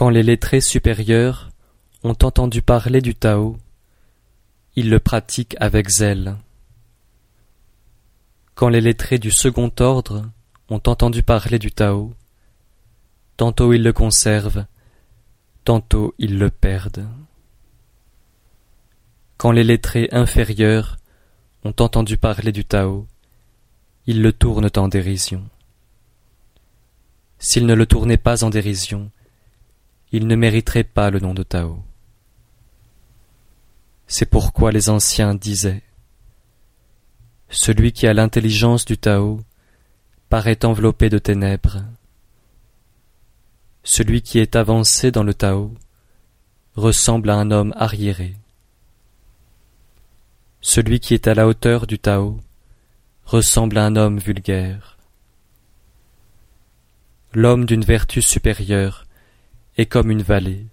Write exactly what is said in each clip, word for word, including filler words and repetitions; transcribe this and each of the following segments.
Quand les lettrés supérieurs ont entendu parler du Tao, ils le pratiquent avec zèle. Quand les lettrés du second ordre ont entendu parler du Tao, tantôt ils le conservent, tantôt ils le perdent. Quand les lettrés inférieurs ont entendu parler du Tao, ils le tournent en dérision. S'ils ne le tournaient pas en dérision, ils ne mériteraient pas le nom de Tao. C'est pourquoi les anciens disaient « Celui qui a l'intelligence du Tao paraît enveloppé de ténèbres. Celui qui est avancé dans le Tao ressemble à un homme arriéré. Celui qui est à la hauteur du Tao ressemble à un homme vulgaire. L'homme d'une vertu supérieure est comme une vallée.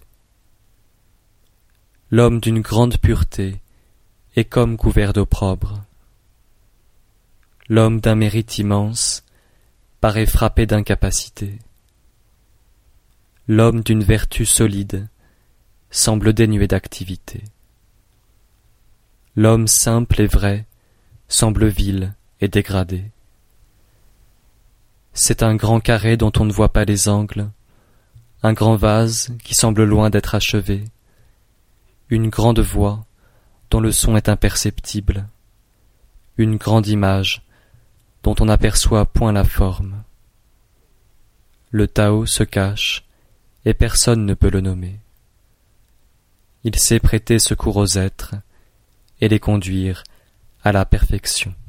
L'homme d'une grande pureté est comme couvert d'opprobre. L'homme d'un mérite immense paraît frappé d'incapacité. L'homme d'une vertu solide semble dénué d'activité. L'homme simple et vrai semble vil et dégradé. C'est un grand carré dont on ne voit pas les angles, un grand vase qui semble loin d'être achevé, une grande voix dont le son est imperceptible, une grande image dont on n'aperçoit point la forme. Le Tao se cache et personne ne peut le nommer. Il sait prêter secours aux êtres et les conduire à la perfection.